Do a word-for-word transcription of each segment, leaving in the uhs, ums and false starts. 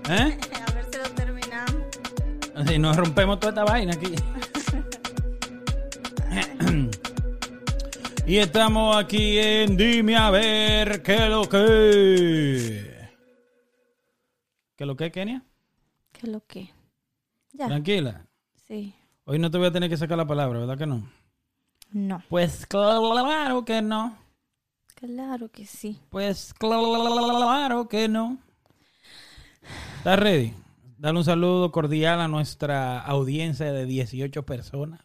¿Eh? A ver si lo terminamos. Si nos rompemos toda esta vaina aquí. Y estamos aquí en Dime a ver qué lo que. ¿Qué lo que, Kenia? ¿Qué lo que? Ya. Tranquila. Sí. Hoy no te voy a tener que sacar la palabra, ¿verdad que no? No. Pues claro que no. Claro que sí. Pues claro que no. ¿Estás ready? Dale un saludo cordial a nuestra audiencia de dieciocho personas.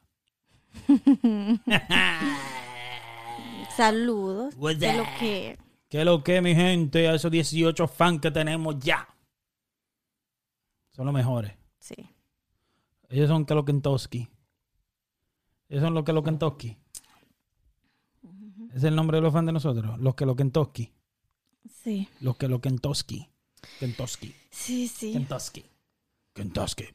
Saludos. ¿Qué lo que? ¿Qué lo que, mi gente? A esos dieciocho fans que tenemos ya. Son los mejores. Sí. Ellos son que lo Kentucky. Ellos son los que lo Kentucky. Uh-huh. Es el nombre de los fans de nosotros. Los que lo Kentucky. Sí. Los que lo Kentucky. Kentucky. Sí, sí. Kentucky. Kentucky.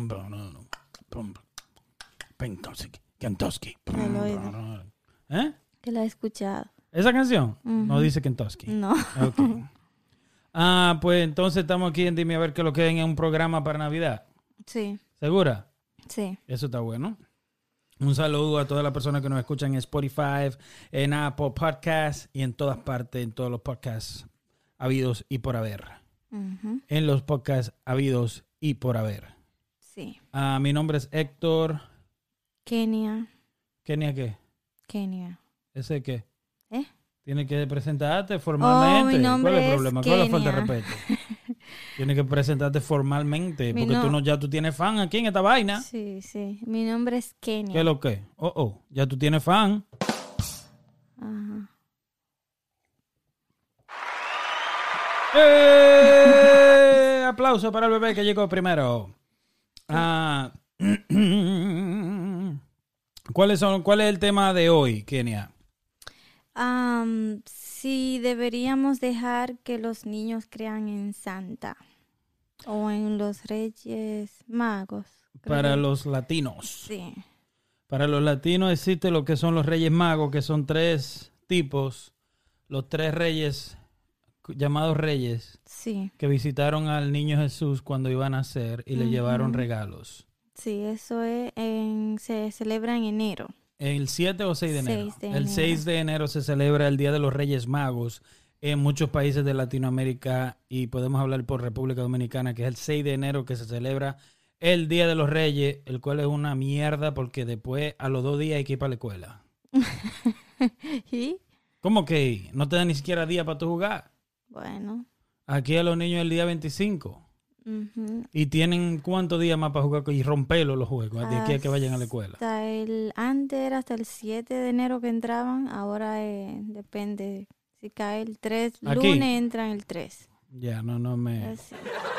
Kentucky. Kentucky. ¿Eh? Que la he escuchado. ¿Esa canción? Uh-huh. No dice Kentucky. No. Okay. Ah, pues entonces estamos aquí en Dime a ver qué lo que en un programa para Navidad. Sí. ¿Segura? Sí. Eso está bueno. Un saludo a todas las personas que nos escuchan en Spotify, en Apple Podcasts y en todas partes, en todos los podcasts habidos y por haber. Uh-huh. En los podcasts habidos y por haber. Sí. Ah, mi nombre es Héctor. Kenia. ¿Kenia qué? Kenia. ¿Ese qué? ¿Eh? Tienes que presentarte formalmente. Oh, mi nombre ¿Cuál es el es problema? ¿Cuál es la falta de Kenia. respeto? Tienes que presentarte formalmente. Mi Porque no- tú no, ya tú tienes fan aquí en esta vaina. Sí, sí. Mi nombre es Kenia. ¿Qué es lo que? Oh, oh. Ya tú tienes fan. Ajá. ¡Eh! Aplauso para el bebé que llegó primero. Ah, ¿cuáles son, ¿Cuál es el tema de hoy, Kenia? Um, si deberíamos dejar que los niños crean en Santa o en los Reyes Magos. creo Para que- los latinos. Sí. Para los latinos existe lo que son los Reyes Magos, que son tres tipos. Los tres reyes, llamados reyes, Sí. que visitaron al niño Jesús cuando iba a nacer y le Ujú. llevaron regalos. Sí, eso es en, se celebra en enero. ¿El siete o seis de enero? seis de El enero. seis de enero se celebra el Día de los Reyes Magos en muchos países de Latinoamérica y podemos hablar por República Dominicana, que es el seis de enero que se celebra el Día de los Reyes, el cual es una mierda porque después a los dos días hay que ir para la escuela. ¿Y? ¿Cómo que no te dan ni siquiera día para tu jugar? Bueno. Aquí a los niños el día veinticinco. Ujú. ¿Y tienen cuántos días más para jugar y romperlo los juegos de aquí a que vayan a la escuela? Hasta el, antes era hasta el siete de enero que entraban, ahora eh, depende. Si cae el tres, Aquí. lunes entran el tres. Ya, no, no me... Así.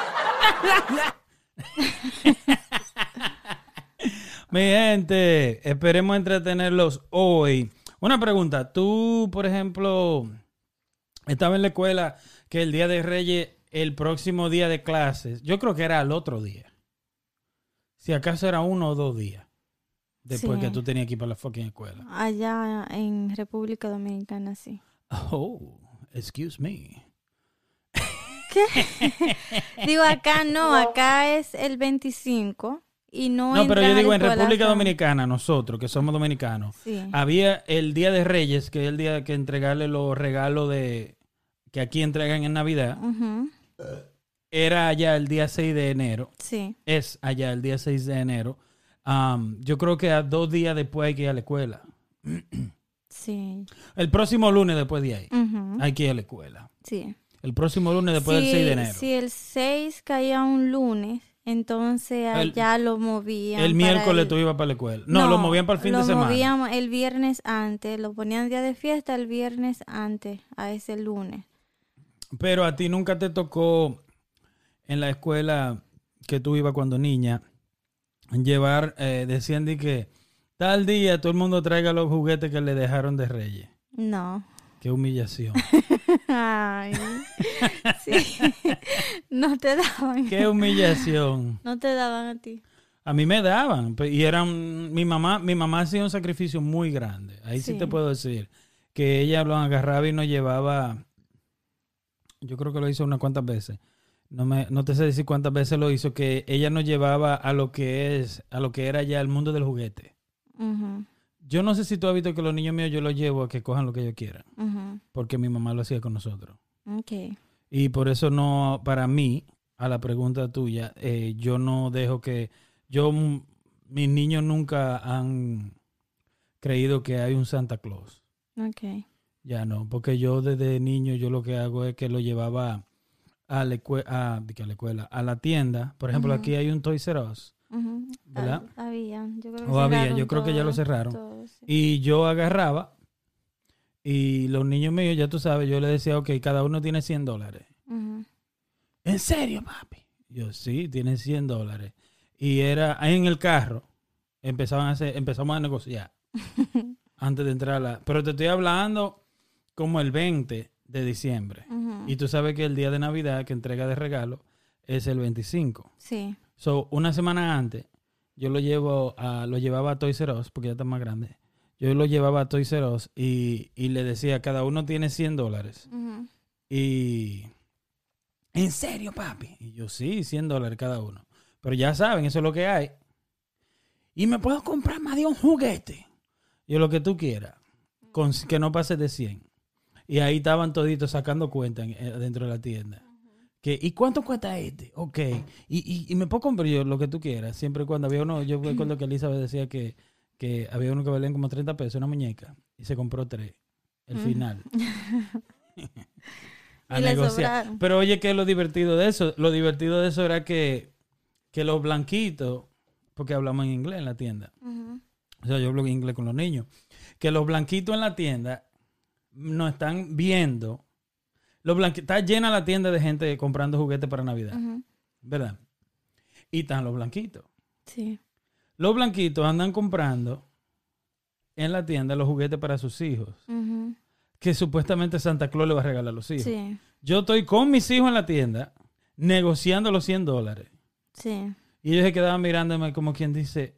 Mi gente, esperemos entretenerlos hoy. Una pregunta, tú, por ejemplo, estaba en la escuela que el Día de Reyes, el próximo día de clases, yo creo que era el otro día. Si acaso era uno o dos días. Después Sí. que tú tenías que ir para la fucking escuela. Allá en República Dominicana, sí. Oh, excuse me. Digo, acá no, acá es el veinticinco y no No, pero entran yo a la digo en escuela República hasta- Dominicana, nosotros que somos dominicanos, Sí. había el Día de Reyes, que es el día que entregarle los regalos de que aquí entregan en Navidad. Ujú. Era allá el día seis de enero. Sí. Es allá el día seis de enero. Um, yo creo que a dos días después hay que ir a la escuela. Sí. El próximo lunes después de ahí Ujú. hay que ir a la escuela. Sí. El próximo lunes después si, del seis de enero. Si el seis caía un lunes, entonces El- allá lo movían. El para miércoles el- tú ibas para la escuela. No, lo movían para el fin lo de semana. movían el viernes antes, lo ponían día de fiesta el viernes antes a ese lunes. Pero a ti nunca te tocó en la escuela que tú ibas cuando niña llevar, eh, decían de que tal día todo el mundo traiga los juguetes que le dejaron de Reyes. No. Qué humillación. Ay. Sí. No te daban. Qué humillación. No te daban a ti. A mí me daban pe- y eran mi mamá, mi mamá hacía un sacrificio muy grande. Ahí sí, Sí. te puedo decir que ella lo agarraba y nos llevaba. Yo creo que lo hizo unas cuantas veces. no me, no te sé decir cuántas veces lo hizo, que ella nos llevaba a lo que es, a lo que era ya el mundo del juguete. Uh-huh. Yo no sé si tú has visto que los niños míos yo los llevo a que cojan lo que ellos quieran. Uh-huh. Porque mi mamá lo hacía con nosotros. Okay. Y por eso no, para mí, a la pregunta tuya, eh, yo no dejo que, yo, mis niños nunca han creído que hay un Santa Claus. Okay. Ya no, porque yo desde niño yo lo que hago es que lo llevaba a la, escue- a, a la escuela, a la tienda. Por ejemplo, uh-huh. aquí hay un Toys R Us, uh-huh. ¿verdad? Había, yo creo que o había, yo creo todo, que ya lo cerraron. Todo, sí. Y yo agarraba y los niños míos, ya tú sabes, yo les decía, ok, cada uno tiene cien dólares. Uh-huh. ¿En serio, papi? Yo, sí, tienen cien dólares. Y era ahí en el carro, empezaban a hacer, empezamos a negociar antes de entrar a la... Pero te estoy hablando como el veinte de diciembre. Uh-huh. Y tú sabes que el día de Navidad, que entrega de regalo, es el veinticinco. Sí. So, una semana antes, yo lo llevo a, lo llevaba a Toys R Us, porque ya está más grande. Yo lo llevaba a Toys R Us y, y le decía, cada uno tiene cien dólares. Uh-huh. Y... ¿En serio, papi? Y yo, sí, cien dólares cada uno. Pero ya saben, eso es lo que hay. Y me puedo comprar más de un juguete. Yo, lo que tú quieras. Con, que no pase de cien. Y ahí estaban toditos sacando cuentas dentro de la tienda. Uh-huh. Que, ¿y cuánto cuesta este? Ok. Y, y, y me puedo comprar yo lo que tú quieras. Siempre cuando había uno, yo recuerdo que Elizabeth decía que, que había uno que valían como treinta pesos, una muñeca. Y se compró tres. El uh-huh. final. A negociar. Pero oye, ¿qué es lo divertido de eso? Lo divertido de eso era que, que los blanquitos, porque hablamos en inglés en la tienda. Uh-huh. O sea, yo hablo en inglés con los niños. Que los blanquitos en la tienda nos están viendo. Los blanqui- está llena la tienda de gente comprando juguetes para Navidad. Uh-huh. ¿Verdad? Y están los blanquitos. Sí. Los blanquitos andan comprando en la tienda los juguetes para sus hijos. Uh-huh. Que supuestamente Santa Claus le va a regalar a los hijos. Sí. Yo estoy con mis hijos en la tienda negociando los cien dólares. Sí. Y ellos se quedaban mirándome como quien dice,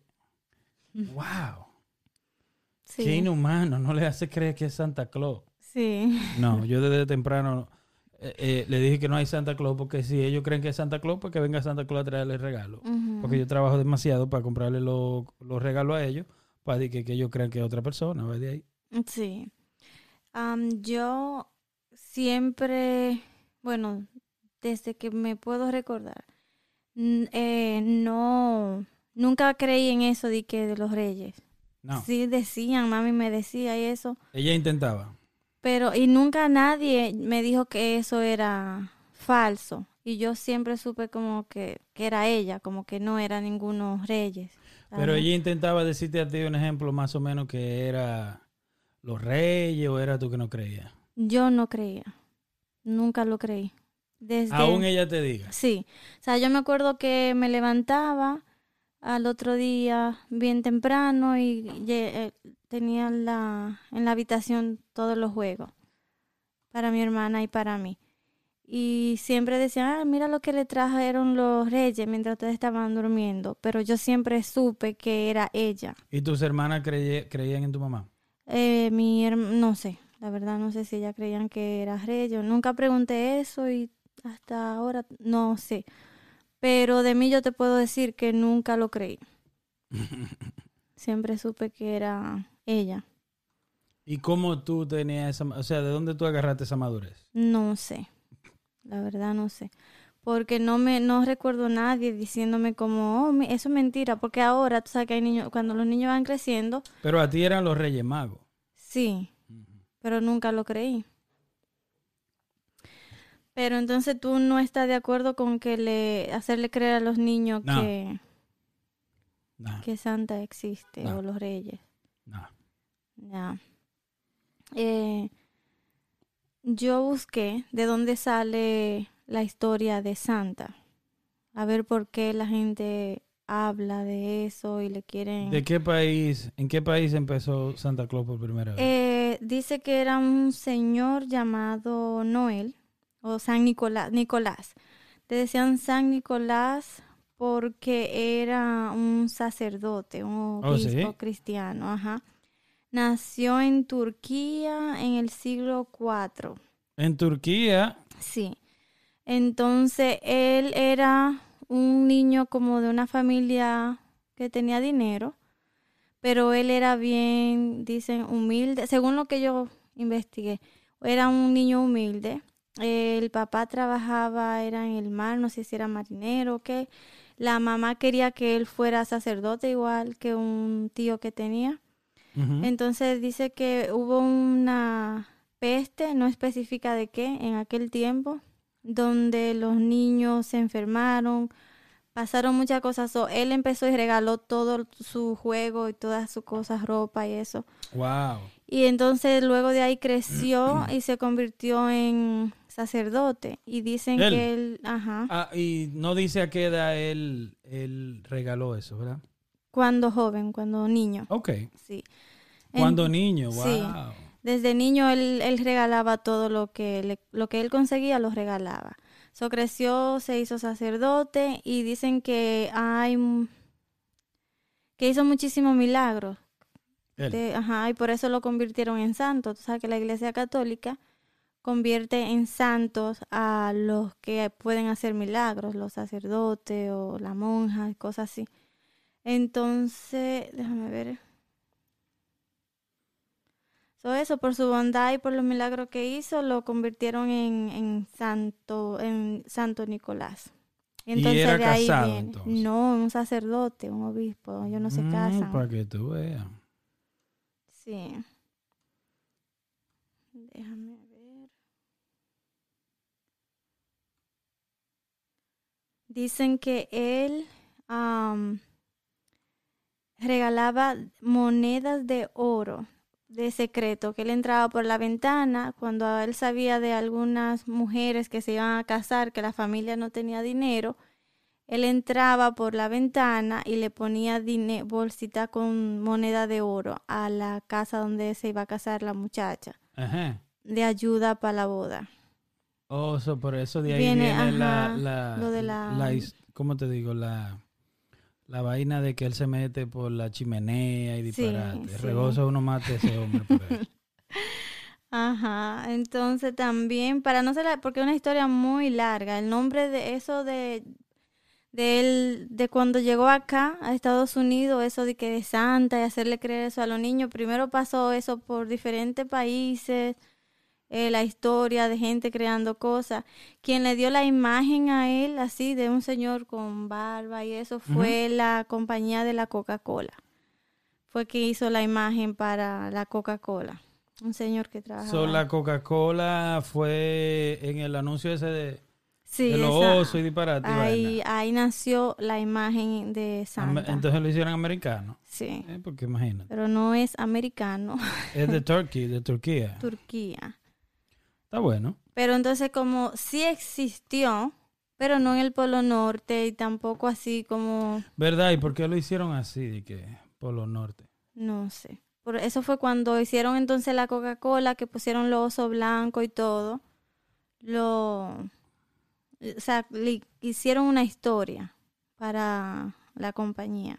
wow, sí. Qué inhumano, no le hace creer que es Santa Claus. Sí. No, yo desde temprano eh, eh, le dije que no hay Santa Claus porque si ellos creen que es Santa Claus, pues que venga Santa Claus a traerle regalo. Uh-huh. Porque yo trabajo demasiado para comprarle los lo regalos a ellos para que, que ellos crean que es otra persona, ¿ves de ahí? Sí. Um, yo siempre, bueno, desde que me puedo recordar, n- eh, no, nunca creí en eso de que de los reyes. No. Sí decían, mami me decía y eso. Ella intentaba. Pero, y nunca nadie me dijo que eso era falso. Y yo siempre supe como que, que era ella, como que no era ninguno reyes. ¿Sabes? Pero ella intentaba decirte a ti un ejemplo más o menos que era... ¿Los reyes o era tú que no creías? Yo no creía. Nunca lo creí. Desde... Aún ella te diga. Sí. O sea, yo me acuerdo que me levantaba al otro día bien temprano y eh, tenía la, en la habitación todos los juegos para mi hermana y para mí. Y siempre decían, ah, mira lo que le trajeron los reyes mientras ustedes estaban durmiendo. Pero yo siempre supe que era ella. ¿Y tus hermanas crey- creían en tu mamá? Eh, mi hermana, no sé, la verdad no sé si ellas creían que era rey. Yo nunca pregunté eso y hasta ahora no sé. Pero de mí yo te puedo decir que nunca lo creí. Siempre supe que era ella. ¿Y cómo tú tenías esa, o sea, de dónde tú agarraste esa madurez? No sé, la verdad no sé. Porque no me no recuerdo a nadie diciéndome como, oh, eso es mentira. Porque ahora, tú sabes que hay niños, cuando los niños van creciendo... Pero a ti eran los Reyes Magos. Sí, uh-huh. Pero nunca lo creí. Pero entonces tú no estás de acuerdo con que le hacerle creer a los niños no. que, no. que Santa existe no. o los Reyes. No. No. Eh, yo busqué de dónde sale... la historia de Santa. A ver por qué la gente habla de eso y le quieren... ¿De qué país, en qué país empezó Santa Claus por primera vez? Eh, dice que era un señor llamado Noel, o San Nicolás. Nicolás. Le decían San Nicolás porque era un sacerdote, un obispo oh, ¿sí? cristiano. Ajá. Nació en Turquía en el siglo cuatro. ¿En Turquía? Sí. Entonces, él era un niño como de una familia que tenía dinero, pero él era bien, dicen, humilde. Según lo que yo investigué, era un niño humilde. El papá trabajaba, era en el mar, no sé si era marinero o qué. La mamá quería que él fuera sacerdote igual que un tío que tenía. Ujú. Entonces dice que hubo una peste, no específica de qué, en aquel tiempo, donde los niños se enfermaron, pasaron muchas cosas. So, él empezó y regaló todo su juego y todas sus cosas, ropa y eso. Wow. Y entonces luego de ahí creció y se convirtió en sacerdote. Y dicen ¿Él? que él, ajá, Ah, y no dice a qué edad él, él regaló eso, ¿verdad? cuando joven, cuando niño, Ok. sí. Cuando En- niño, wow. sí. Desde niño él, él regalaba todo lo que, le- lo que él conseguía, lo regalaba. So creció, se hizo sacerdote y dicen que hay m- que hizo muchísimos milagros. Él. De- ajá, y por eso lo convirtieron en santo. Tú sabes que la Iglesia Católica convierte en santos a los que pueden hacer milagros, los sacerdotes o la monja, y cosas así. Entonces, déjame ver. So, eso, por su bondad y por los milagros que hizo, lo convirtieron en, en santo, en Santo Nicolás. Y Y entonces era de ahí casado, viene. entonces. No, un sacerdote, un obispo, ellos no se casan. Para que tú veas. Sí. Déjame ver. Dicen que él am, regalaba monedas de oro de secreto, que él entraba por la ventana cuando él sabía de algunas mujeres que se iban a casar, que la familia no tenía dinero. Él entraba por la ventana y le ponía dine- bolsita con moneda de oro a la casa donde se iba a casar la muchacha, Ajá. de ayuda para la boda. Oh, so por eso de ahí Viene, viene la, ajá, la, lo de la- la his- ¿cómo te digo? La, la vaina de que él se mete por la chimenea y Sí, disparate. sí. Regoso uno mate a ese hombre por ahí. Ajá, entonces también, para no ser, la- porque es una historia muy larga, el nombre de eso de, de él, de cuando llegó acá a Estados Unidos, eso de que de santa y hacerle creer eso a los niños, primero pasó eso por diferentes países, eh, la historia de gente creando cosas. Quien le dio la imagen a él, así, de un señor con barba y eso, fue la compañía de la Coca-Cola. Fue que hizo la imagen para la Coca-Cola. Un señor que trabajaba. So, la Coca-Cola fue en el anuncio ese de, Sí, de los esa- osos y disparate. y ahí, vaina. ahí nació la imagen de Am- Santa. Entonces lo hicieron americano. Sí, Eh, porque imagínate. pero no es americano, Es de Turkey, de Turquía. Turquía. Está bueno. Pero entonces como sí existió, pero no en el Polo Norte y tampoco así como, ¿Verdad? ¿Y por qué lo hicieron así? De que Polo Norte. no sé. Por eso fue cuando hicieron entonces la Coca-Cola, que pusieron los osos blancos y todo. Lo, o sea, le hicieron una historia para la compañía.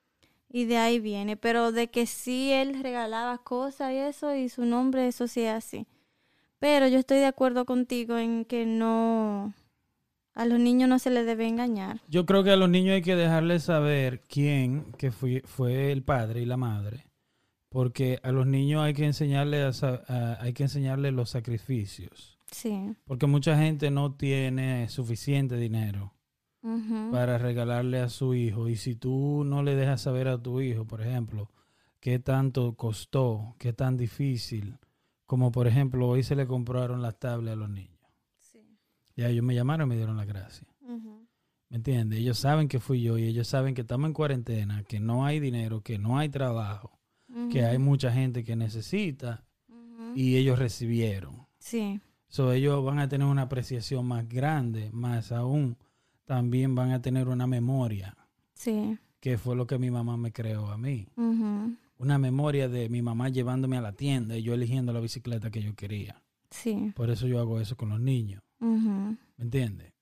Y de ahí viene. Pero de que sí él regalaba cosas y eso, y su nombre, eso sí es así. Pero yo estoy de acuerdo contigo en que no, a los niños no se les debe engañar. Yo creo que a los niños hay que dejarles saber quién que fue, fue el padre y la madre. Porque a los niños hay que enseñarles a sa- a- hay que enseñarles los sacrificios. Sí. Porque mucha gente no tiene suficiente dinero Ujú. para regalarle a su hijo. Y si tú no le dejas saber a tu hijo, por ejemplo, qué tanto costó, qué tan difícil, como por ejemplo hoy se le compraron las tablets a los niños. Sí. Ya ellos me llamaron y me dieron las gracias. Ujú. ¿Me entiendes? Ellos saben que fui yo y ellos saben que estamos en cuarentena, que no hay dinero, que no hay trabajo, que hay Ujú. mucha gente que necesita Ujú. y ellos recibieron. Sí. So, ellos van a tener una apreciación más grande, más aún también van a tener una memoria, Sí. que fue lo que mi mamá me creó a mí. Ujú. Una memoria de mi mamá llevándome a la tienda y yo eligiendo la bicicleta que yo quería. Sí. Por eso yo hago eso con los niños. Ujú. ¿Me entiendes?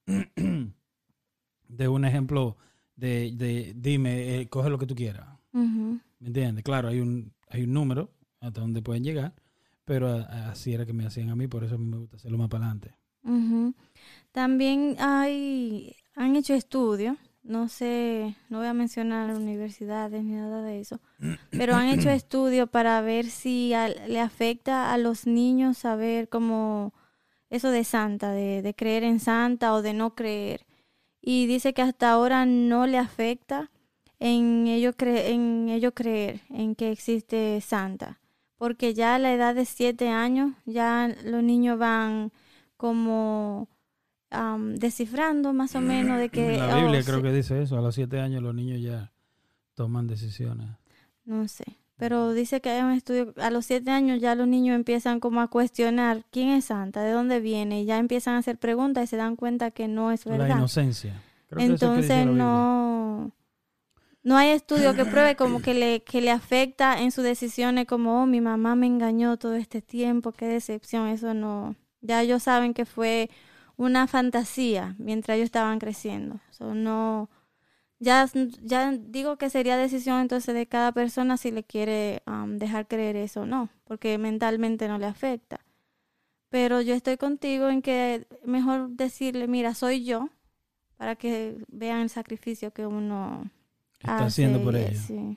De un ejemplo de, de dime, eh, coge lo que tú quieras. Ujú. ¿Me entiendes? Claro, hay un, hay un número hasta donde pueden llegar, pero a- a- así era que me hacían a mí, por eso a mí me gusta hacerlo más para adelante. Ujú. También hay, han hecho estudios, no sé, no voy a mencionar universidades ni nada de eso, pero han hecho estudios para ver si a- le afecta a los niños saber cómo eso de Santa, de, de creer en Santa o de no creer. Y dice que hasta ahora no le afecta en ellos cre- en ellos creer en que existe Santa, porque ya a la edad de siete años ya los niños van como am, descifrando más o menos de que, La oh, Biblia sí, creo que dice eso. A los siete años los niños ya toman decisiones. no sé, pero dice que hay un estudio, a los siete años ya los niños empiezan como a cuestionar quién es Santa, de dónde viene, y ya empiezan a hacer preguntas y se dan cuenta que no es La verdad. inocencia. Creo que eso es que dice Entonces la Biblia. no, no hay estudio que pruebe como que le, que le afecta en sus decisiones como, oh, mi mamá me engañó todo este tiempo, qué decepción, eso no. Ya ellos saben que fue una fantasía mientras ellos estaban creciendo. So, no, ya, ya digo que sería decisión entonces de cada persona si le quiere um, dejar creer eso o no, porque mentalmente no le afecta. Pero yo estoy contigo en que mejor decirle, mira, soy yo, para que vean el sacrificio que uno Está hace. haciendo por y ellos. sí.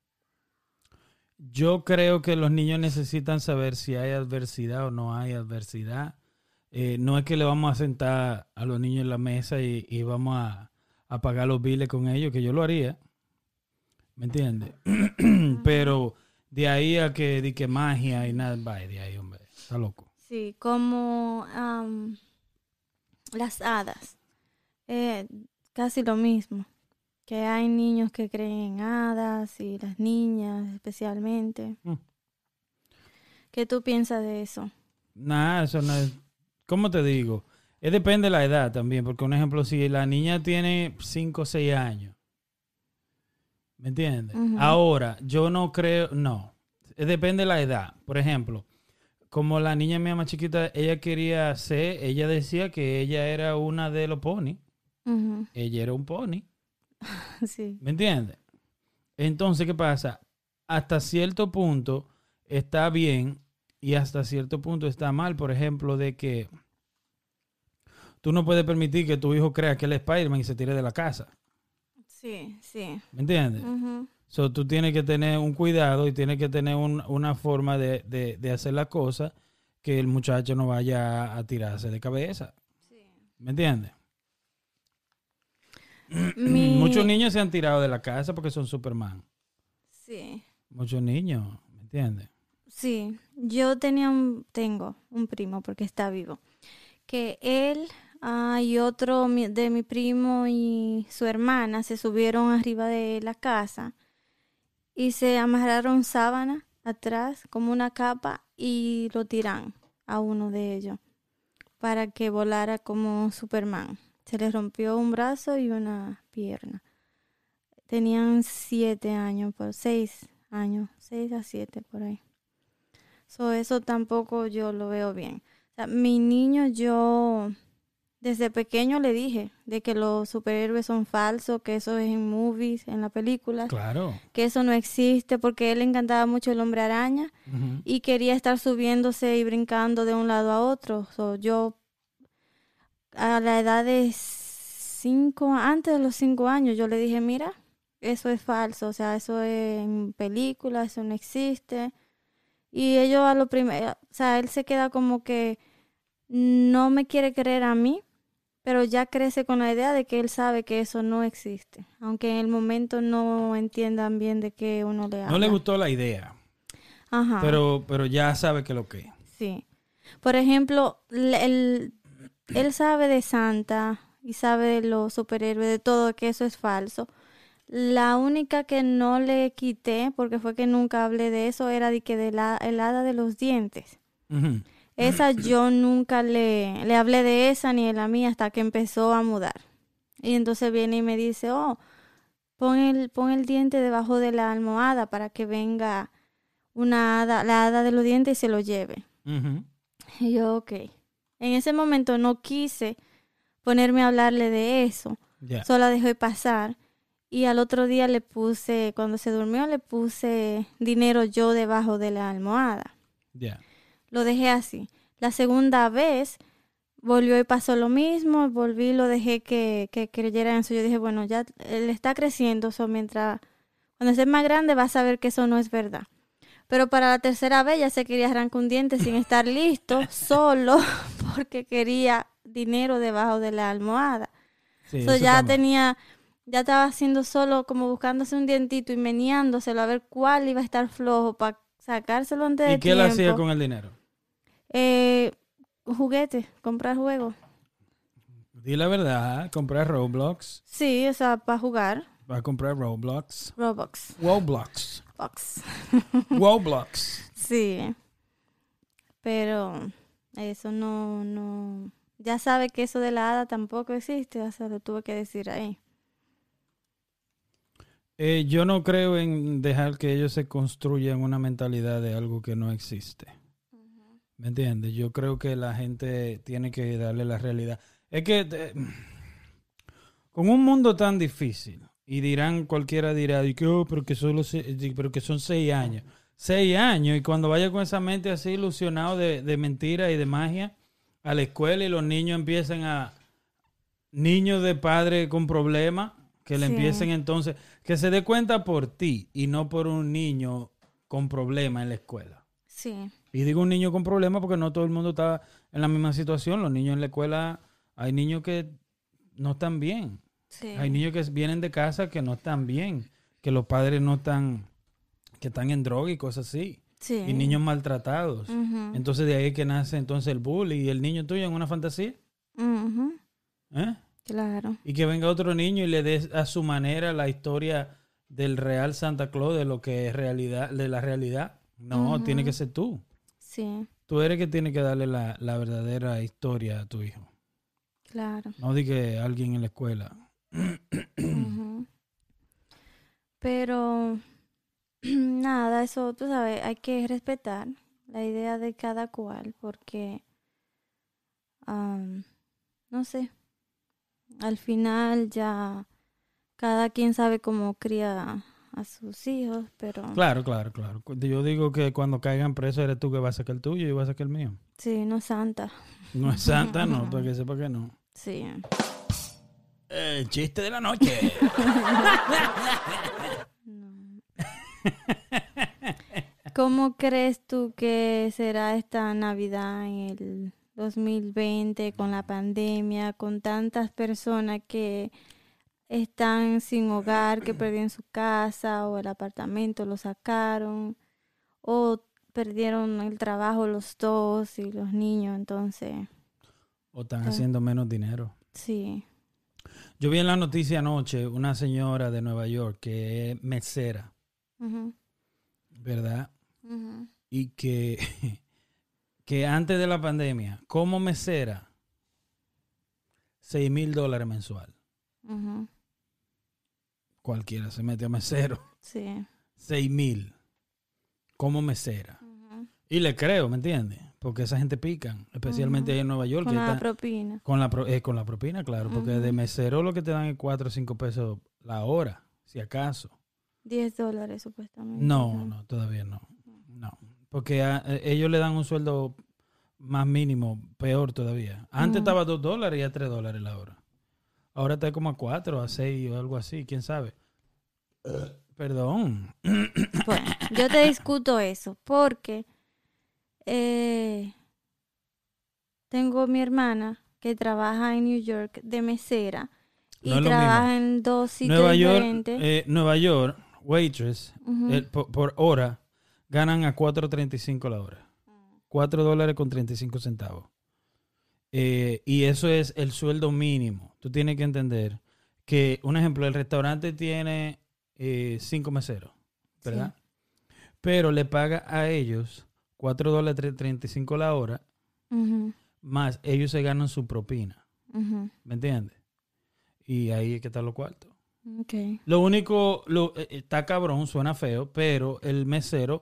Yo creo que los niños necesitan saber si hay adversidad o no hay adversidad. Eh, no es que le vamos a sentar a los niños en la mesa y, y vamos a, a pagar los biles con ellos, que yo lo haría. ¿Me entiendes? Pero de ahí a que, de que magia y nada, vaya, de ahí, hombre, está loco. Sí, como am, las hadas. Eh, casi lo mismo. Que hay niños que creen en hadas y las niñas especialmente. Mm. ¿Qué tú piensas de eso? Nada, eso no es. ¿Cómo te digo? Es depende de la edad también, porque un ejemplo, si la niña tiene cinco o seis años, ¿me entiendes? Ujú. Ahora, yo no creo, no, es depende de la edad. Por ejemplo, como la niña mía más chiquita, ella quería ser, ella decía que ella era una de los ponis, Ujú. ella era un pony, Sí. ¿me entiendes? Entonces, ¿qué pasa? Hasta cierto punto está bien y hasta cierto punto está mal, por ejemplo, de que tú no puedes permitir que tu hijo crea que él es Spider-Man y se tire de la casa. Sí, sí. ¿Me entiendes? Ujú. So, tú tienes que tener un cuidado y tienes que tener un- una forma de, de, de hacer la cosa que el muchacho no vaya a, a tirarse de cabeza. ¿Me entiendes? Mi... Muchos niños se han tirado de la casa porque son Superman. Sí. Muchos niños, ¿me entiendes? Sí, yo tenía un, tengo un primo porque está vivo, que él ah, y otro mi- de mi primo y su hermana se subieron arriba de la casa y se amarraron sábana atrás como una capa y lo tiran a uno de ellos para que volara como Superman. Se les rompió un brazo y una pierna. Tenían siete años, por seis años, seis a siete por ahí. So, eso tampoco yo lo veo bien. O sea, mi niño, yo desde pequeño le dije de que los superhéroes son falsos, que eso es en movies, en las películas, Claro. que eso no existe, porque a él le encantaba mucho el hombre araña Ujú. y quería estar subiéndose y brincando de un lado a otro. So, yo a la edad de cinco, antes de los cinco años, yo le dije, mira, eso es falso, o sea, eso es en películas, eso no existe. Y ellos a lo primero, o sea, él se queda como que no me quiere creer a mí, pero ya crece con la idea de que él sabe que eso no existe, aunque en el momento no entiendan bien de qué uno le habla. No le gustó la idea, Ajá. pero, pero ya sabe que lo que es. Sí. Por ejemplo, l- él, él sabe de Santa y sabe de los superhéroes, de todo, que eso es falso. La única que no le quité, porque fue que nunca hablé de eso, era de que de la el hada de los dientes. Ujú. Esa yo nunca le, le hablé de esa ni de la mía hasta que empezó a mudar. Y entonces viene y me dice, oh, pon el, pon el diente debajo de la almohada para que venga una hada, la hada de los dientes y se lo lleve. Ujú. Y yo, ok. En ese momento no quise ponerme a hablarle de eso. Ya. Solo dejé pasar. Y al otro día le puse, cuando se durmió, le puse dinero yo debajo de la almohada. Ya. Lo dejé así. La segunda vez volvió y pasó lo mismo, volví y lo dejé que, que creyera en eso. Yo dije, bueno, ya él está creciendo, so mientras, cuando esté más grande va a saber que eso no es verdad. Pero para la tercera vez ya se quería arrancar un diente sin estar listo, solo porque quería dinero debajo de la almohada. Sí, So, eso ya está mal. tenía, ya estaba haciendo solo como buscándose un dientito y meneándoselo a ver cuál iba a estar flojo para sacárselo antes de ¿Y qué él hacía tiempo. con el dinero? Eh, juguete, comprar juegos. Di la verdad, comprar Roblox. Sí, o sea, para jugar. Va a comprar Roblox. Roblox. Roblox. Box. Roblox. Sí. Pero eso no, no. Ya sabe que eso de la hada tampoco existe, o sea, lo tuve que decir ahí. Eh, yo no creo en dejar que ellos se construyan una mentalidad de algo que no existe. ¿Me entiendes? Yo creo que la gente tiene que darle la realidad. Es que eh, con un mundo tan difícil, y dirán, cualquiera dirá, y que, oh, pero, que solo se, pero que son seis años. Seis años, y cuando vaya con esa mente así ilusionado de, de mentira y de magia a la escuela y los niños empiezan a... Niños de padres con problemas, que le Sí. empiecen entonces... Que se dé cuenta por ti y no por un niño con problemas en la escuela. Sí. Y digo un niño con problemas porque no todo el mundo está en la misma situación. Los niños en la escuela, hay niños que no están bien. Sí. Hay niños que vienen de casa que no están bien. Que los padres no están, que están en droga y cosas así. Sí. Y niños maltratados. Ujú. Entonces de ahí es que nace entonces el bullying. Y el niño tuyo en una fantasía. Ujú. ¿Eh? Claro. Y que venga otro niño y le dé a su manera la historia del real Santa Claus, de lo que es realidad, de la realidad. No, Ujú. tiene que ser tú. Sí, Tú eres que tiene que darle la, la verdadera historia a tu hijo. claro. No di que alguien en la escuela. Ujú. Pero nada, eso, tú sabes, hay que respetar la idea de cada cual porque, am, no sé, al final ya cada quien sabe cómo cría a sus hijos, pero Claro, claro, claro. Yo digo que cuando caigan presos eres tú que vas a sacar el tuyo y yo voy a sacar el mío. sí, no santa. No es santa, no, para que sepa que no. Sí. El chiste de la noche. No. ¿Cómo crees tú que será esta Navidad en el dos mil veinte con la pandemia, con tantas personas que están sin hogar, que perdieron su casa o el apartamento, lo sacaron, o perdieron el trabajo los dos y los niños? Entonces, O están Ah. haciendo menos dinero. sí. Yo vi en la noticia anoche una señora de Nueva York que es mesera, Ujú, ¿verdad? ujú, Y que, que antes de la pandemia, como mesera, seis mil dólares mensual. ujú, Cualquiera se mete a mesero. sí. Seis mil como mesera. Ujú. Y le creo, ¿me entiendes? Porque esa gente pican, especialmente Ujú. ahí en Nueva York. Con que la están- propina. con, la pro- eh, con la propina, claro. Porque Ujú. de mesero lo que te dan es cuatro o cinco pesos la hora, si acaso. diez dólares supuestamente. No, no, todavía no. No. Porque a- eh, ellos le dan un sueldo más mínimo, peor todavía. Antes Mm. estaba a dos dólares y a tres dólares la hora. Ahora está como a cuatro, a seis o algo así, quién sabe. Perdón. Bueno, yo te discuto eso porque eh, tengo mi hermana que trabaja en New York de mesera y No es lo trabaja mismo. en dos sitios Nueva York, diferentes. eh, Nueva York, waitress, Ujú. eh, por, por hora, ganan a cuatro treinta y cinco la hora. cuatro dólares con treinta y cinco centavos. Eh, y eso es el sueldo mínimo. Tú tienes que entender que, un ejemplo, el restaurante tiene eh, cinco meseros, ¿verdad? Pero le paga a ellos cuatro dólares treinta y cinco la hora, Ujú, más ellos se ganan su propina. ujú. ¿Me entiendes? Y ahí es que están los cuartos. Okay. Lo único, lo, eh, está cabrón, suena feo, pero el mesero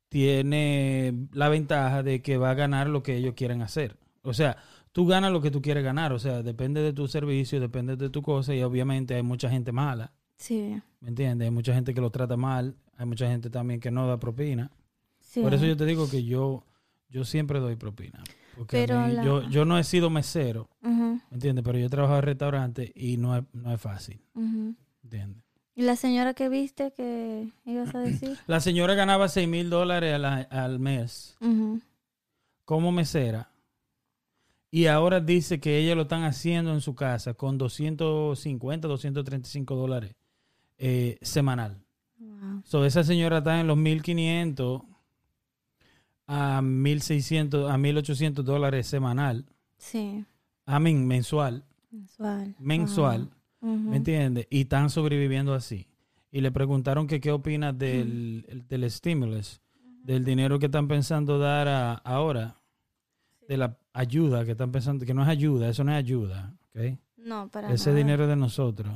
tiene la ventaja de que va a ganar lo que ellos quieren hacer. O sea, tú ganas lo que tú quieres ganar. O sea, depende de tu servicio, depende de tu cosa y obviamente hay mucha gente mala. Sí, ¿Me entiendes? Hay mucha gente que lo trata mal. Hay mucha gente también que no da propina. sí. Por eso yo te digo que yo, yo siempre doy propina. Porque Pero a mí- la- yo, yo no he sido mesero, Ujú, ¿me entiendes? Pero yo he trabajado en restaurantes y no es, no es fácil, ujú. ¿entiendes? ¿Y la señora que viste que ibas a decir? La señora ganaba seis mil dólares al, al mes Ujú. como mesera y ahora dice que ella lo están haciendo en su casa con doscientos cincuenta, doscientos treinta y cinco dólares eh, semanal. Wow. So, esa señora está en los mil quinientos a mil seiscientos a mil ochocientos dólares semanal, Sí, a mí mensual, mensual. mensual, Wow. Ujú. ¿me entiendes? Y están sobreviviendo así. Y le preguntaron que qué opina del, el- del stimulus, del dinero que están pensando dar a- ahora, de la ayuda que están pensando, que no es ayuda, eso no es ayuda, ¿ok? No, para Ese nada. dinero de nosotros.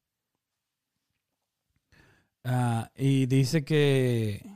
Ah, y dice que...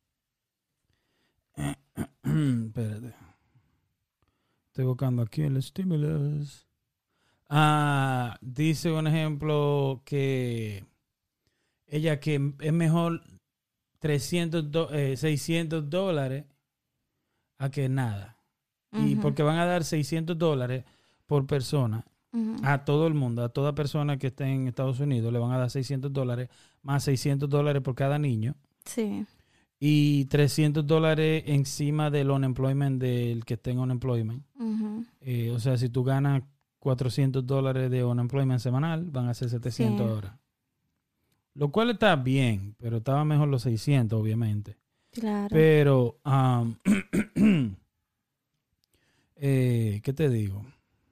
Espérate. Estoy buscando aquí el stimulus. Ah, dice un ejemplo que ella que es mejor trescientos, do- eh, seiscientos dólares a que nada. Y Ujú, porque van a dar seiscientos dólares por persona ujú. a todo el mundo, a toda persona que esté en Estados Unidos, le van a dar seiscientos dólares más seiscientos dólares por cada niño Sí, y trescientos dólares encima del unemployment del que esté en unemployment. ujú. Eh, o sea, si tú ganas cuatrocientos dólares de unemployment semanal, van a ser setecientos Sí. ahora. Lo cual está bien, pero estaba mejor los seiscientos, obviamente. Claro. Pero, um, eh, ¿qué te digo?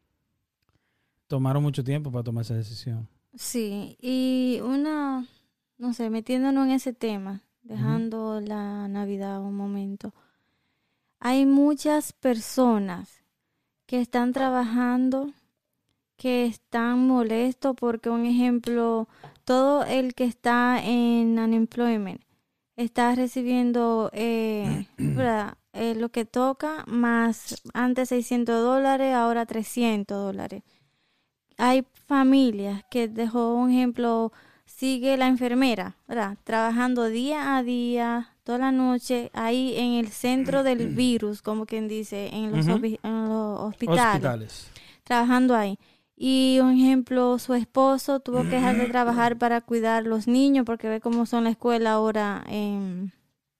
Tomaron mucho tiempo para tomar esa decisión. Sí, y una, no sé, metiéndonos en ese tema, dejando la Navidad un momento. Hay muchas personas que están trabajando, que están molestos porque, un ejemplo, todo el que está en unemployment está recibiendo eh, ¿verdad? Eh, lo que toca, más antes seiscientos dólares, ahora trescientos dólares. Hay familias que, dejó un ejemplo, sigue la enfermera, ¿verdad? Trabajando día a día, toda la noche, ahí en el centro del virus, como quien dice, en los, Ujú. hopi- en los hospitales, Hospitales. trabajando ahí. Y, un ejemplo, su esposo tuvo que dejar de trabajar para cuidar los niños, porque ve cómo son la escuela ahora en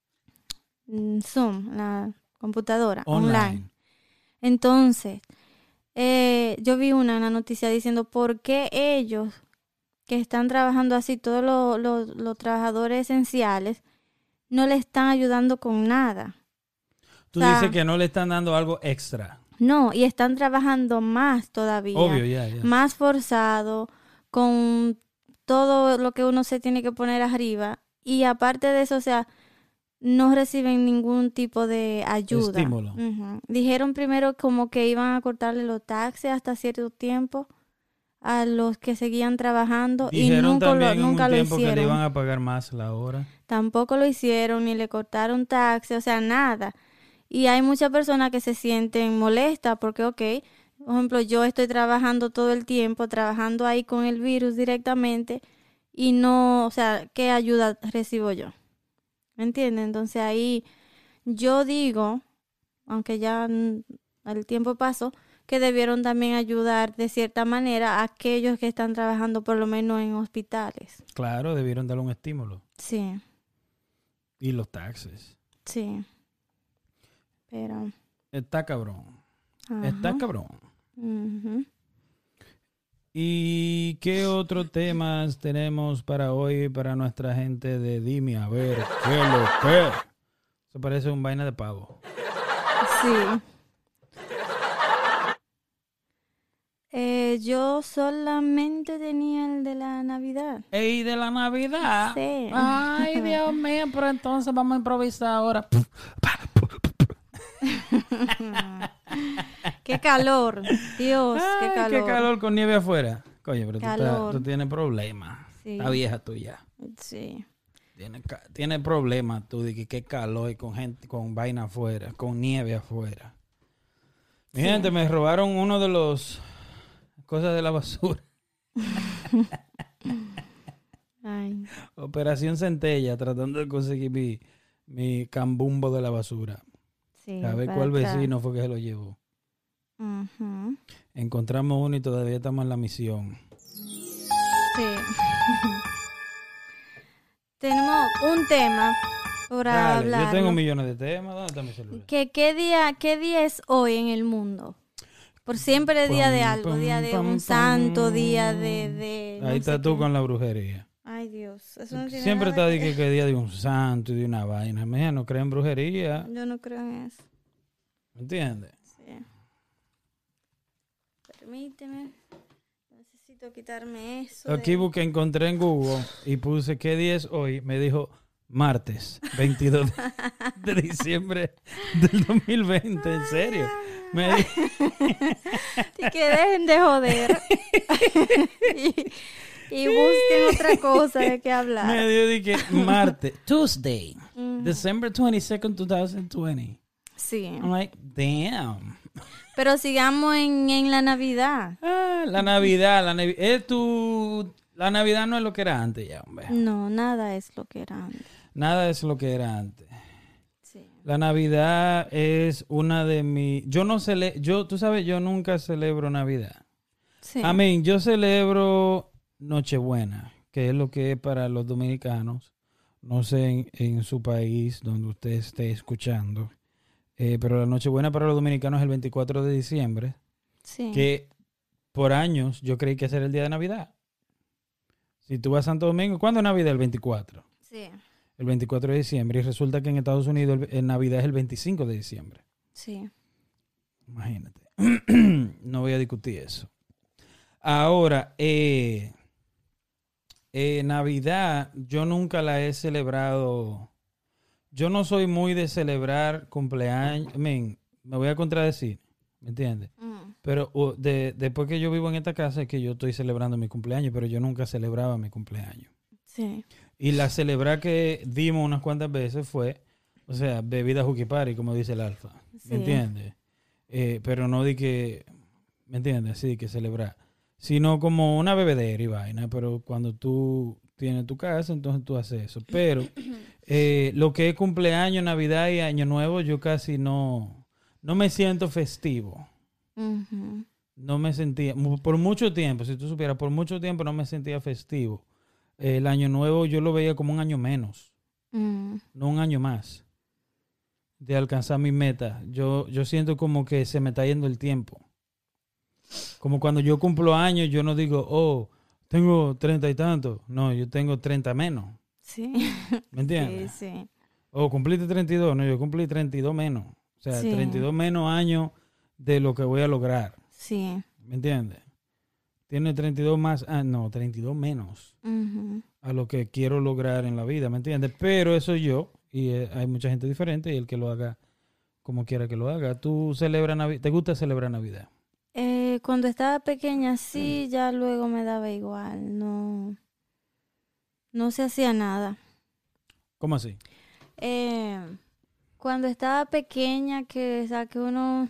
en Zoom, la computadora, online. Online. Entonces, eh, yo vi una en la noticia diciendo por qué ellos que están trabajando así, todos los, los, los trabajadores esenciales, no le están ayudando con nada. Tú O sea, dices que no le están dando algo extra. no, y están trabajando más todavía, Obvio, ya, ya. más forzado, con todo lo que uno se tiene que poner arriba. Y aparte de eso, o sea, no reciben ningún tipo de ayuda. Estímulo. Ujú. Dijeron primero como que iban a cortarle los taxes hasta cierto tiempo a los que seguían trabajando y Dijeron nunca lo, también en nunca un lo tiempo que le hicieron. iban a pagar más la hora. Tampoco lo hicieron, ni le cortaron taxes, o sea, nada. Y hay muchas personas que se sienten molestas porque, ok, por ejemplo, yo estoy trabajando todo el tiempo, trabajando ahí con el virus directamente y no, o sea, ¿qué ayuda recibo yo? ¿Me entiendes? Entonces ahí yo digo, aunque ya mm, el tiempo pasó, que debieron también ayudar de cierta manera a aquellos que están trabajando por lo menos en hospitales. Claro, debieron darle un estímulo. Sí, Y los taxes. sí. Pero... Está cabrón. ajá. Está cabrón. Ujú. ¿Y qué otros temas tenemos para hoy para nuestra gente de Dime? A ver, ¿qué lo que? Eso parece un vaina de pavo. Sí. Eh, yo solamente tenía el de la Navidad. ¡Ey, de la Navidad! Sí. ¡Ay, Dios mío! Pero entonces vamos a improvisar ahora. ¡Qué calor! Dios, qué Ay, calor. qué calor con nieve afuera. Coño, pero tú, estás- Calor. tú tienes problemas. Sí. Está vieja tuya. Sí. Tiene, ca- tiene problemas tú de que qué calor y con gente, con vaina afuera, con nieve afuera. Mi Sí. gente, me robaron uno de los cosas de la basura. Ay, Operación Centella, tratando de conseguir mi, mi cambumbo de la basura. sí. A ver para cuál atrás. vecino fue que se lo llevó. Ujú. Encontramos uno y todavía estamos en la misión. Sí. Tenemos un tema por Dale, hablar. yo tengo millones de temas. ¿Dónde está mi celular? ¿Qué, qué, día, ¿Qué día es hoy en el mundo? Por siempre es día de Pam, algo, pam, día de pam, un pam. santo, día de... de no Ahí sé está tú qué. con la brujería. Ay, Dios. Eso no tiene Siempre nada está de que- que, que día de un santo y de una vaina. Mira, no creen en brujería. Yo no creo en eso. ¿Me entiendes? Sí. Permíteme. Necesito quitarme eso. Aquí de- busqué, encontré en Google y puse ¿qué día es hoy? Me dijo martes, veintidós de diciembre del dos mil veinte. ¿En serio? Me di- Y que dejen de joder. y, y busquen otra cosa de qué hablar. me dio de que martes, Tuesday, Ujú. December twenty-second, twenty twenty. Sí. I'm like, damn. Pero sigamos en, en la Navidad. Ah, la Navidad, la Navidad. Es tu... La Navidad no es lo que era antes ya, hombre. No, nada es lo que era antes. Nada es lo que era antes. Sí. La Navidad es una de mis... Yo no celebro... Yo, tú sabes, yo nunca celebro Navidad. Sí. A mí, yo celebro Nochebuena, que es lo que es para los dominicanos. No sé en, en su país donde usted esté escuchando. Eh, pero la Nochebuena para los dominicanos es el veinticuatro de diciembre. Sí. Que por años yo creí que ese era el día de Navidad. Si tú vas a Santo Domingo, ¿cuándo es Navidad? El veinticuatro. Sí. El veinticuatro de diciembre. Y resulta que en Estados Unidos el, el Navidad es el veinticinco de diciembre. Sí. Imagínate. No voy a discutir eso. Ahora, eh, eh, Navidad, yo nunca la he celebrado. Yo no soy muy de celebrar cumpleaños. I mean, me voy a contradecir, ¿me entiendes? Mm. Pero uh, de, después que yo vivo en esta casa es que yo estoy celebrando mi cumpleaños, pero yo nunca celebraba mi cumpleaños. Sí. Y la celebrar que dimos unas cuantas veces fue, o sea, bebida juquipari, como dice el Alfa. Sí. ¿Me entiendes? Eh, pero no di que, ¿me entiendes? Sí, que celebrar. Sino como una bebedera y vaina, pero cuando tú tienes tu casa, entonces tú haces eso. Pero eh, lo que es cumpleaños, Navidad y Año Nuevo, yo casi no, no me siento festivo. Ujú. No me sentía, mu- por mucho tiempo, si tú supieras, por mucho tiempo no me sentía festivo. El Año Nuevo yo lo veía como un año menos, Mm. no un año más de alcanzar mi meta. Yo, yo siento como que se me está yendo el tiempo. Como cuando yo cumplo años, yo no digo, oh, tengo treinta y tanto. No, yo tengo treinta menos. Sí. ¿Me entiendes? Sí, sí. O cumpliste treinta y dos. No, yo cumplí treinta y dos menos. O sea, Sí. treinta y dos menos años de lo que voy a lograr. Sí. ¿Me entiendes? Tiene treinta y dos más, ah, no, treinta y dos menos Ujú. a lo que quiero lograr en la vida, ¿me entiendes? Pero eso yo, y eh, hay mucha gente diferente, y el que lo haga como quiera que lo haga. ¿Tú celebras Navidad? ¿Te gusta celebrar Navidad? Eh, cuando estaba pequeña, sí, ya luego me daba igual. No, no se hacía nada. ¿Cómo así? Eh, cuando estaba pequeña, que, o sea, que uno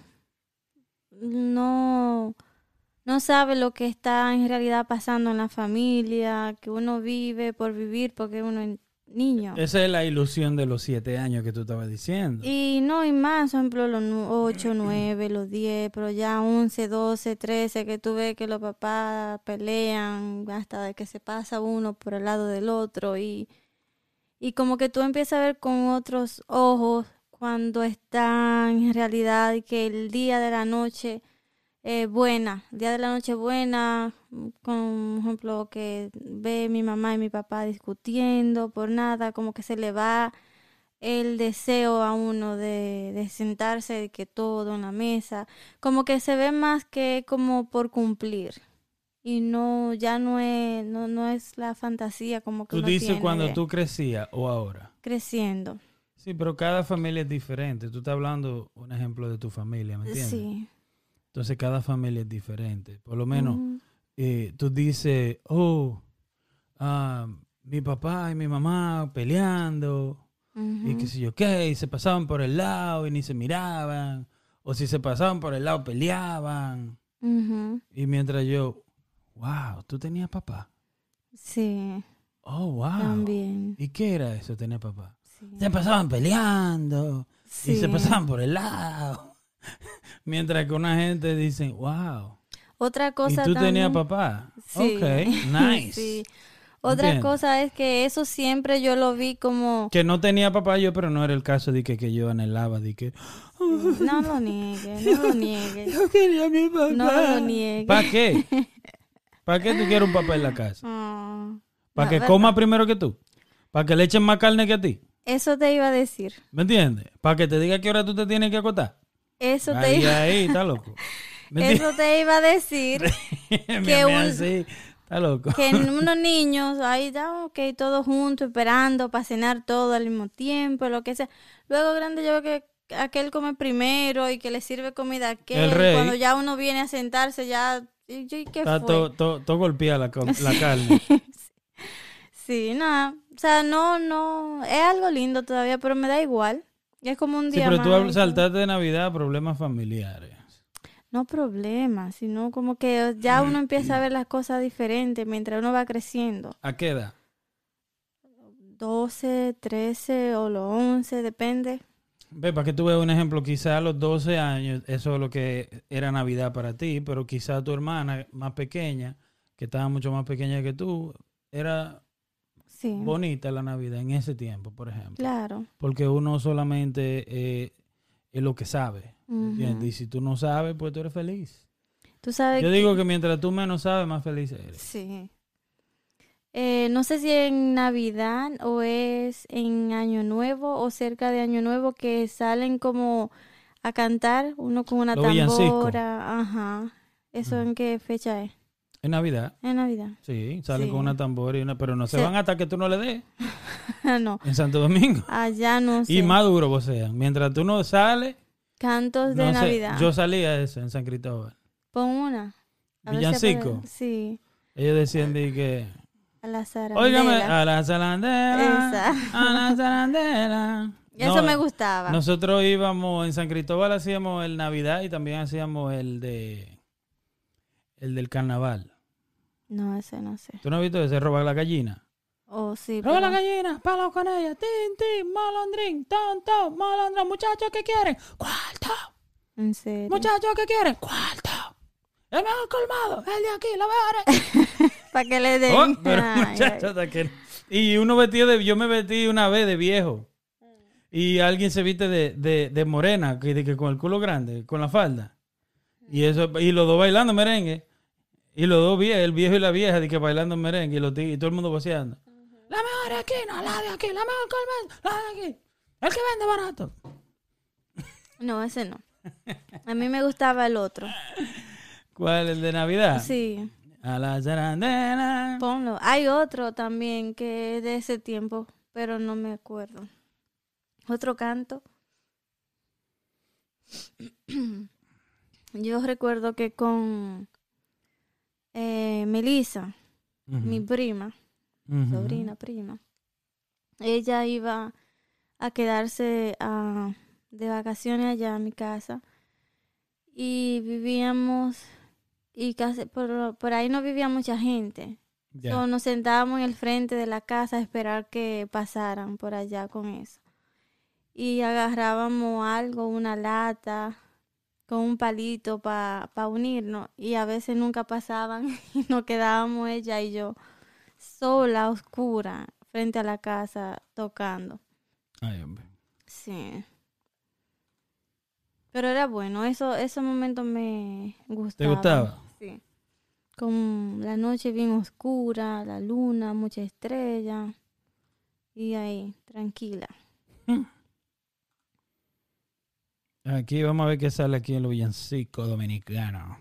no, no sabe lo que está en realidad pasando en la familia, que uno vive por vivir porque uno es niño. Esa es la ilusión de los siete años que tú estabas diciendo. Y no, y más, por ejemplo, los ocho, nueve, los diez, pero ya once, doce, trece, que tú ves que los papás pelean hasta de que se pasa uno por el lado del otro y, y como que tú empiezas a ver con otros ojos cuando está en realidad y que el día de la noche es buena, el día de la noche buena, con ejemplo que ve mi mamá y mi papá discutiendo por nada, como que se le va el deseo a uno de, de sentarse, de que todo en la mesa, como que se ve más que como por cumplir y no, ya no es, no, no es la fantasía como que Tú uno dices tiene cuando de tú crecías o ahora. creciendo. Sí, pero cada familia es diferente. Tú estás hablando un ejemplo de tu familia, ¿me entiendes? Sí. Entonces cada familia es diferente. Por lo menos Ujú. eh, tú dices, oh, ah, mi papá y mi mamá peleando. Y Ujú. qué sé yo qué, y se pasaban por el lado y ni se miraban. O si se pasaban por el lado, peleaban. Ujú. Y mientras yo, wow, ¿tú tenías papá? Sí, Oh, wow. también. ¿Y qué era eso, tener papá? Sí. Se pasaban peleando Sí. y se pasaban por el lado. Mientras que una gente dice, wow. Otra cosa ¿Y tú también, tenías papá? Sí. Ok, nice. Sí. Otra Entiendo. cosa es que eso siempre yo lo vi como... Que no tenía papá yo, pero no era el caso de que, que yo anhelaba, de que... No lo niegue, no lo niegue. Yo quería a mi papá. No lo niegue. ¿Para qué? ¿Para qué tú quieres un papá en la casa? Oh, ¿Para no, que ¿verdad? coma primero que tú? ¿Para que le echen más carne que a ti? Eso te iba a decir. ¿Me entiendes? ¿Para que te diga qué hora tú te tienes que acostar? Eso te Ahí, iba, ahí, está loco. ¿Me eso te iba a decir. entiendes? que Me un- así, está loco. Que unos niños ahí está, ok, todos juntos esperando para cenar todo al mismo tiempo, lo que sea. Luego grande yo veo que aquel come primero y que le sirve comida a aquel. El rey. Cuando ya uno viene a sentarse ya... ¿Y y qué Está fue? todo to, to golpeada la, co- la carne. Sí, nada. O sea, no, no... Es algo lindo todavía, pero me da igual. Es como un Sí, día pero más. tú y habl- todo. saltaste de Navidad a problemas familiares. No problema, sino como que ya uno empieza a ver las cosas diferentes mientras uno va creciendo. ¿A qué edad? doce, trece o los once, depende. Ve, para que tú veas un ejemplo, quizá a los doce años, eso es lo que era Navidad para ti, pero quizá tu hermana más pequeña, que estaba mucho más pequeña que tú, era Sí, bonita la Navidad en ese tiempo, por ejemplo. claro. Porque uno solamente eh, es lo que sabe, Ujú. ¿entiendes? Y si tú no sabes, pues tú eres feliz. Tú sabes Yo que- digo que mientras tú menos sabes, más feliz eres. Sí. Eh, no sé si en Navidad o es en Año Nuevo o cerca de Año Nuevo que salen como a cantar, uno con una Los villancicos. tambora. Ajá. ¿Eso en qué fecha es? En Navidad, En Navidad. sí, salen Sí. con una tambora y una, pero no se Sí. van hasta que tú no le des No, en Santo Domingo. allá no sé. Y más duro, o sea, mientras tú no sales, Cantos de no sé, Navidad. yo salía a eso en San Cristóbal. Pon una. A ver si Villancico. apare- Sí. Ellos decían de que, A la zarandela. óigame, a la zarandela, Esa. a la zarandela. Eso No, me gustaba. Nosotros íbamos en San Cristóbal, hacíamos el Navidad y también hacíamos el de el del carnaval. No, ese no sé. ¿Tú no has visto ese roba la gallina? Oh, sí. Roba la pero- gallina, palo con ella, tin, tin, molondrín, tonto, molondrón, muchachos que quieren, cuarto, En serio. muchachos que quieren, cuarto. El mejor colmado, el de aquí, la mejor. Para que le den. Oh, pero Ay, ay. muchachos, hasta que... Y uno vestido de... Yo me vestí una vez de viejo. Y alguien se viste de, de, de morena, que, de que con el culo grande, con la falda. Y eso y los dos bailando merengue. Y los dos viejos, el viejo y la vieja, de que bailando merengue. Y, los tigres, y todo el mundo voceando. La mejor esquina, la de aquí, la mejor colmado, la de aquí. El que vende barato. No, ese no. A mí me gustaba el otro. ¿Cuál? ¿El de Navidad? Sí, A la zarandela. ponlo. Hay otro también que es de ese tiempo, pero no me acuerdo. Otro canto. Yo recuerdo que con eh, Melissa, Ujú, mi prima, ujú. sobrina, prima, ella iba a quedarse ah, de vacaciones allá a mi casa y vivíamos, y casi por, por ahí no vivía mucha gente. Ya. So, nos sentábamos en el frente de la casa a esperar que pasaran por allá con eso. Y agarrábamos algo, una lata, con un palito para pa unirnos. Y a veces nunca pasaban y nos quedábamos ella y yo sola, oscura, frente a la casa, tocando. Ay, hombre. Sí. Pero era bueno, eso, esos momentos me gustaban. ¿Te gustaba? Sí. Con la noche bien oscura, la luna, mucha estrella. Y ahí, tranquila. Aquí vamos a ver qué sale aquí en los villancicos dominicanos.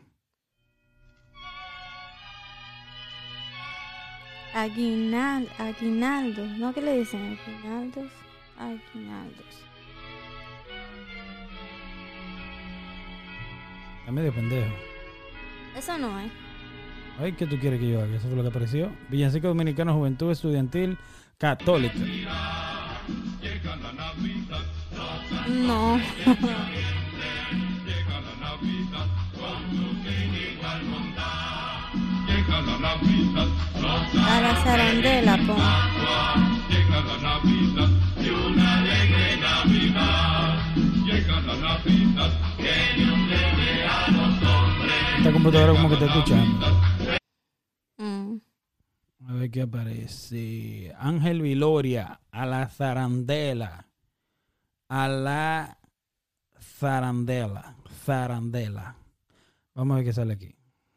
Aguinal, aguinaldos, ¿no? ¿Qué le dicen? Aguinaldos, aguinaldos. Está medio pendejo. Eso no es. Ay, ¿qué tú quieres que yo haga? Eso fue lo que apareció. Villancico Dominicano, Juventud Estudiantil Católica. No. A la zarandela, pon. Llega la Navidad y una alegre Navidad. Llega la Navidad, que Dios le computadora como que está escuchando. Mm. A ver qué aparece. Ángel Viloria, a la zarandela. A la zarandela. Zarandela. Vamos a ver qué sale aquí.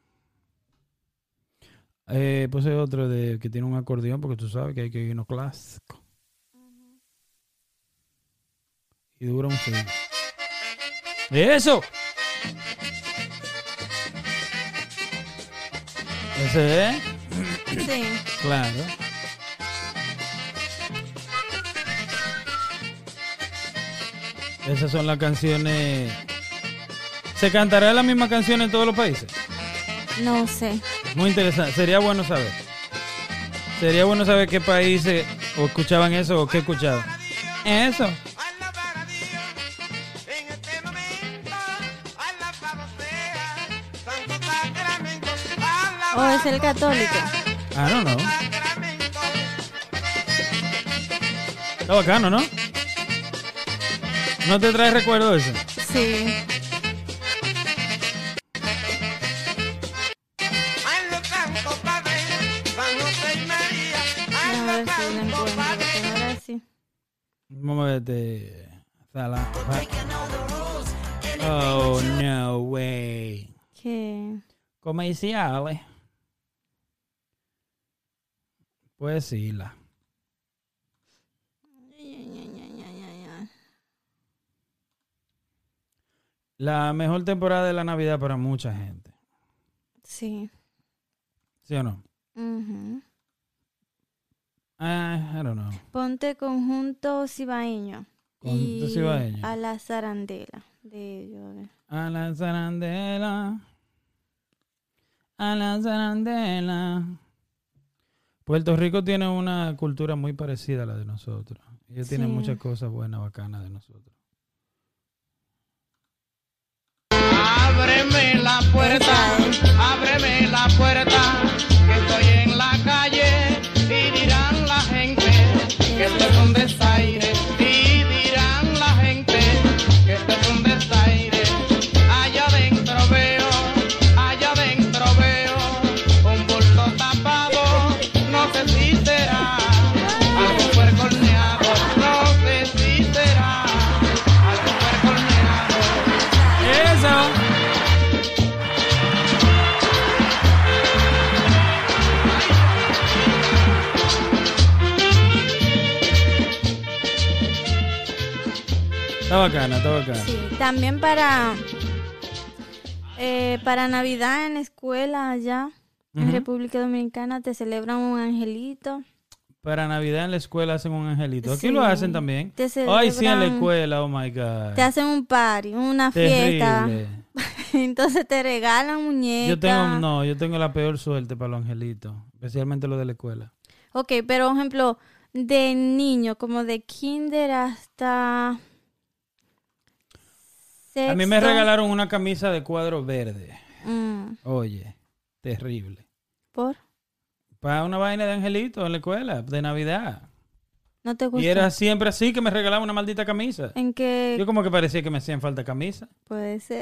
Eh, puse otro de que tiene un acordeón, porque tú sabes que hay que ir uno clásico. Y dura un segundo. ¡Eso! ¿Ese es? Sí. Claro. Esas son las canciones. ¿Se cantará la misma canción en todos los países? No sé. Muy interesante. Sería bueno saber. Sería bueno saber qué países o escuchaban eso o qué escuchaban. Eso. ¿O es el católico? I don't know. Está bacano, ¿no? ¿No te trae recuerdo eso? Sí. Déjame ver si lo encuentro, porque ahora sí. Vamos a verte. Sala. Oh, no way. ¿Qué? Comerciales. Pues sí, la. La mejor temporada de la Navidad para mucha gente. Sí. ¿Sí o no? Ujú. Ah, I don't know. Ponte conjunto cibaeño. Conjunto y cibaeño. A la zarandela de ellos. A la zarandela. A la zarandela. Puerto Rico tiene una cultura muy parecida a la de nosotros. Ellos Sí. tienen muchas cosas buenas, bacanas de nosotros. Ábreme la puerta, ábreme la puerta, que estoy en la calle y dirán la gente que esto es un desaire, y dirán la gente que esto es un desaire. Allá adentro veo, allá adentro veo un bulto tapado, no sé si será algo puercorneado, no sé si será algo puercorneado. ¡Eso! Está bacana, está bacana. Sí, también para eh, para Navidad en la escuela allá en Ujú. República Dominicana te celebran un angelito. Para Navidad en la escuela hacen un angelito. Aquí Sí. lo hacen también. Te Ay, sí, en la celebran- escuela, oh my God. Te hacen un party, una Terrible. fiesta. Entonces te regalan muñecas. Yo tengo, no, yo tengo la peor suerte para los angelitos, especialmente los de la escuela. Ok, pero por ejemplo, de niño, como de kinder hasta sexto. A mí me regalaron una camisa de cuadro verde. Mm, Oye, terrible. ¿por? Para una vaina de angelito en la escuela, de Navidad. ¿No te gusta? Y era siempre así que me regalaban una maldita camisa. ¿En qué Yo como que parecía que me hacían falta camisa. puede ser?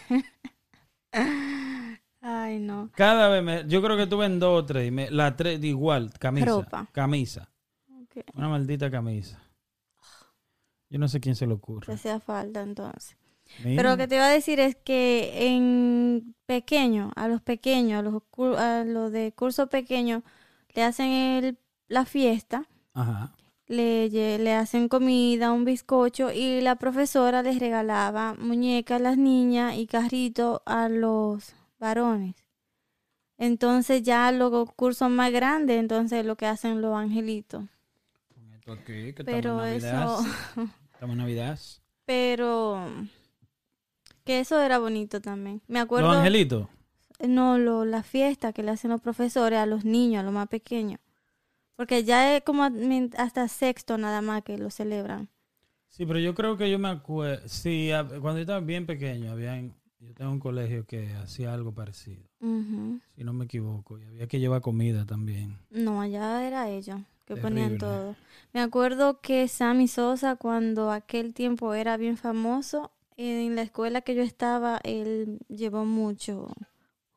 Ay, no. Cada vez me, yo creo que tuve en dos o tres, y me- la tres igual, camisa. Ropa. Camisa. Ok, Una maldita camisa. Yo no sé quién se le te ocurre. hacía falta entonces. Mira. Pero lo que te iba a decir es que en pequeño, a los pequeños, a los, cur- a los de curso pequeño, le hacen el, la fiesta, Ajá. le, lle- le hacen comida, un bizcocho y la profesora les regalaba muñecas a las niñas y carritos a los varones. Entonces ya los cursos más grandes, entonces lo que hacen los angelitos. Con esto aquí, que Pero estamos en Navidad. eso, Estamos en Navidad. pero que eso era bonito también. Me acuerdo. Los angelitos. No, lo, la fiesta que le hacen los profesores a los niños, a los más pequeños. Porque ya es como a- min- hasta sexto nada más que lo celebran. Sí, pero yo creo que yo me acuerdo. Sí, a- cuando yo estaba bien pequeño, había en- yo tengo un colegio que hacía algo parecido, Ujú. si no me equivoco. Y había que llevar comida también. No, allá era ellos que Terrible. ponían todo. Me acuerdo que Sammy Sosa, cuando aquel tiempo era bien famoso, en la escuela que yo estaba, él llevó mucho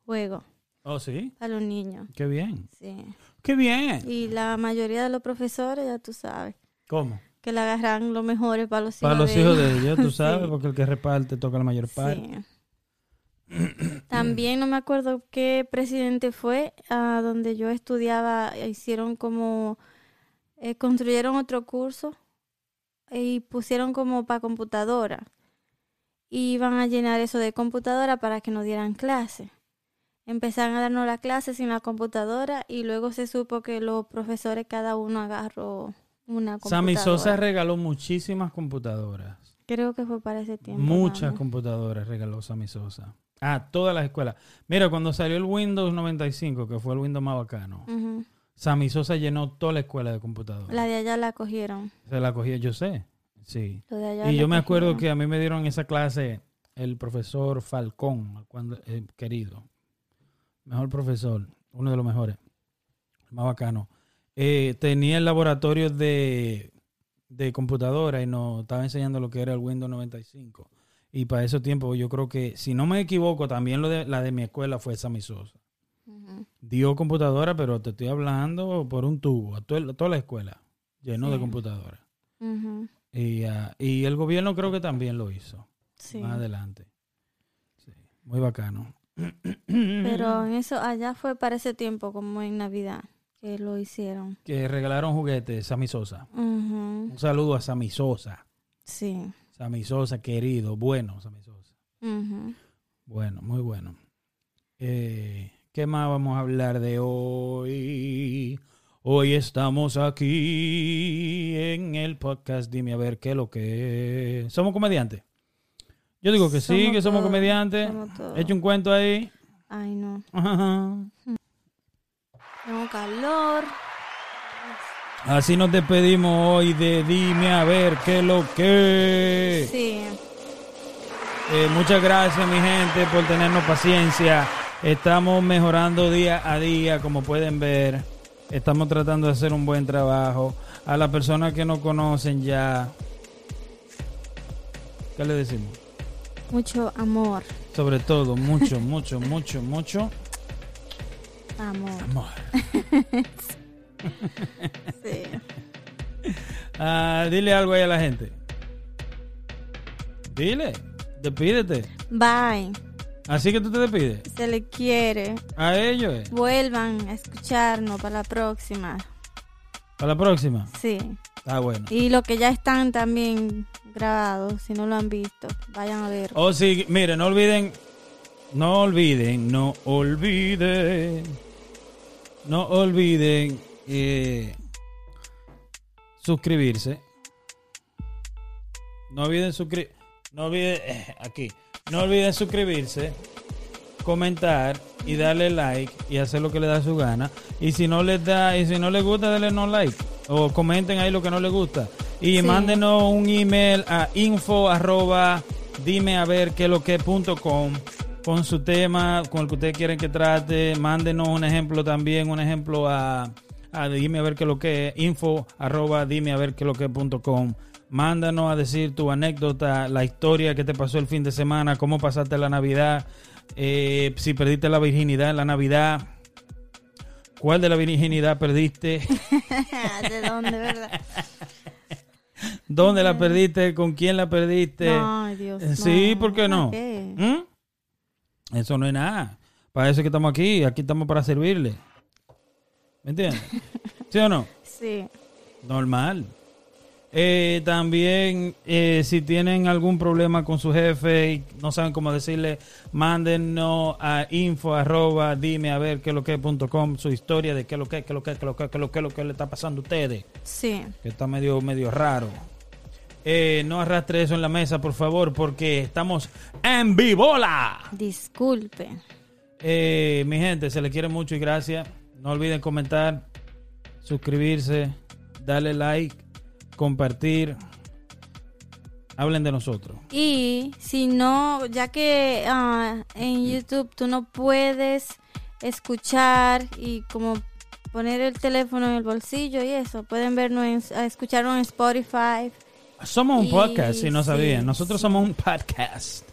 juegos Oh, sí. a los niños. Qué bien. Sí. Qué bien. Y la mayoría de los profesores, ya tú sabes, ¿Cómo? que le agarran lo mejores para los Para hijos los de hijos ellos. de ellos, tú Sí. sabes, porque el que reparte toca la mayor parte. Sí. También no me acuerdo qué presidente fue, a donde yo estudiaba, hicieron como, eh, construyeron otro curso y pusieron como para computadora. Y iban a llenar eso de computadora para que nos dieran clase. Empezaron a darnos la clase sin la computadora y luego se supo que los profesores cada uno agarró una computadora. Sammy Sosa regaló muchísimas computadoras. Creo que fue para ese tiempo. Muchas mami. computadoras regaló Sammy Sosa. A todas las escuelas. Mira, cuando salió el Windows noventa y cinco, que fue el Windows más bacano, Ujú. Sammy Sosa llenó toda la escuela de computadoras. La de allá la cogieron. Se la cogía, yo sé. Sí. Lo de allá Y la yo me acuerdo cogieron. que a mí me dieron esa clase el profesor Falcón, cuando, eh, querido. Mejor profesor, uno de los mejores, el más bacano. Eh, tenía el laboratorio de, de computadora y nos estaba enseñando lo que era el Windows noventa y cinco. Y para ese tiempo yo creo que, si no me equivoco, también lo de, la de mi escuela fue Sammy Sosa. Ujú. Dio computadora, pero te estoy hablando por un tubo, a toda, toda la escuela llenó Sí. de computadora. Ujú. Y, ah, y el gobierno creo que también lo hizo. Sí. Más adelante. Sí, muy bacano. Pero en eso allá fue para ese tiempo, como en Navidad, que lo hicieron. Que regalaron juguetes, Sammy Sosa. Ujú. Un saludo a Sammy Sosa. Sí. Sammy Sosa, querido. Bueno, Sammy Sosa. Ujú. Bueno, muy bueno. Eh, ¿Qué más vamos a hablar de hoy? Hoy estamos aquí en el podcast. Dime a ver qué es lo que es. ¿Somos comediantes? Yo digo que sí, Somos que somos todos, comediantes. somos todos. Echa un cuento ahí. Ay, no. Ajá. Tengo calor. Así nos despedimos hoy de Dime a ver qué es lo que es. Sí. Eh, muchas gracias, mi gente, por tenernos paciencia. Estamos mejorando día a día, como pueden ver. Estamos tratando de hacer un buen trabajo. A las personas que nos conocen ya, ¿qué le decimos? Mucho amor. Sobre todo, mucho, mucho, mucho, mucho Amor. amor. Sí. Ah, dile algo ahí a la gente. Dile, despídete. Bye. Así que tú te despides. Se le quiere. A ellos, eh. Vuelvan a escucharnos para la próxima. Para la próxima. Sí. Ah, bueno. Y lo que ya están también grabados, si no lo han visto, vayan a ver. O sí, miren, no olviden, no olviden, no olviden, no olviden eh, suscribirse. No olviden suscribirse. No olviden, eh, aquí, no olviden suscribirse, comentar y darle like y hacer lo que les da su gana. Y si no les da, y si no les gusta, denle no like. O comenten ahí lo que no les gusta. Y Sí. mándenos un email a info arroba dime a ver qué lo que punto com con su tema, con el que ustedes quieren que trate. Mándenos un ejemplo también, un ejemplo a, a dime a ver qué lo que es, info arroba dime a ver qué lo que punto com. Mándanos a decir tu anécdota, la historia que te pasó el fin de semana, cómo pasaste la Navidad, eh, si perdiste la virginidad en la Navidad, cuál de la virginidad perdiste, ¿De dónde, verdad? dónde la perdiste, con quién la perdiste. Ay, Dios. Eh, sí, no. ¿por qué no? ¿Para qué? ¿Mm? Eso no es nada. Para eso es que estamos aquí, aquí estamos para servirle. ¿Me entiendes? ¿Sí o no? Sí. Normal. Eh, también, eh, si tienen algún problema con su jefe y no saben cómo decirle, mándenos a info arroba dime a ver qué lo que punto com su historia de qué lo que, qué lo que, qué lo que, qué lo que, lo que le está pasando a ustedes, Sí. que está medio, medio raro. Eh, no arrastre eso en la mesa, por favor, porque estamos en vivola. Disculpe. Eh, mi gente, se les quiere mucho y gracias. No olviden comentar, suscribirse, darle like, compartir. Hablen de nosotros. Y si no, ya que ah, en YouTube tú no puedes escuchar y como poner el teléfono en el bolsillo y eso, pueden vernos, en, escucharnos en Spotify. Somos un Y- podcast, si no sí, sabían. Nosotros sí. somos un podcast.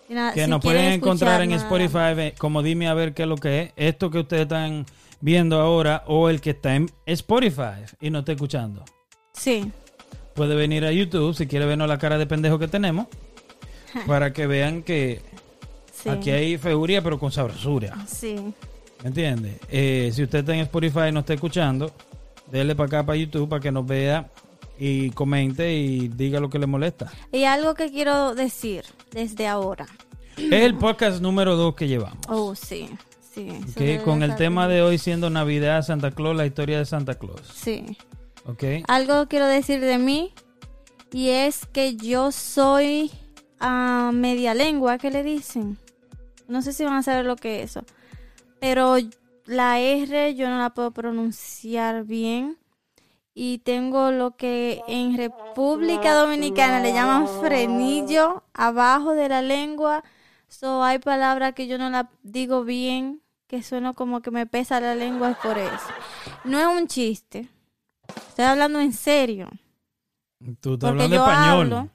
Si na- que si nos pueden quieren encontrar en escuchar nada. Spotify, eh, como dime a ver qué es lo que es, esto que ustedes están viendo ahora o el que está en Spotify y no está escuchando. Sí. Puede venir a YouTube si quiere vernos la cara de pendejo que tenemos para que vean que Sí. aquí hay feuría pero con sabrosura. Sí. ¿Me entiendes? Eh, si usted está en Spotify y no está escuchando, déle para acá para YouTube para que nos vea y comente y diga lo que le molesta. Y algo que quiero decir desde ahora. Es el podcast número dos que llevamos. Oh, sí. Sí. ¿Ok? sobre Con la el salud. tema de hoy siendo Navidad, Santa Claus, la historia de Santa Claus. Sí. ¿Ok? Algo quiero decir de mí y es que yo soy a media lengua, ¿qué le dicen? No sé si van a saber lo que es eso. Pero la R yo no la puedo pronunciar bien. Y tengo lo que en República Dominicana le llaman frenillo abajo de la lengua. So, hay palabras que yo no las digo bien, que sueno como que me pesa la lengua, es por eso. No es un chiste. Estoy hablando en serio. Tú estás Porque hablando yo español. hablo,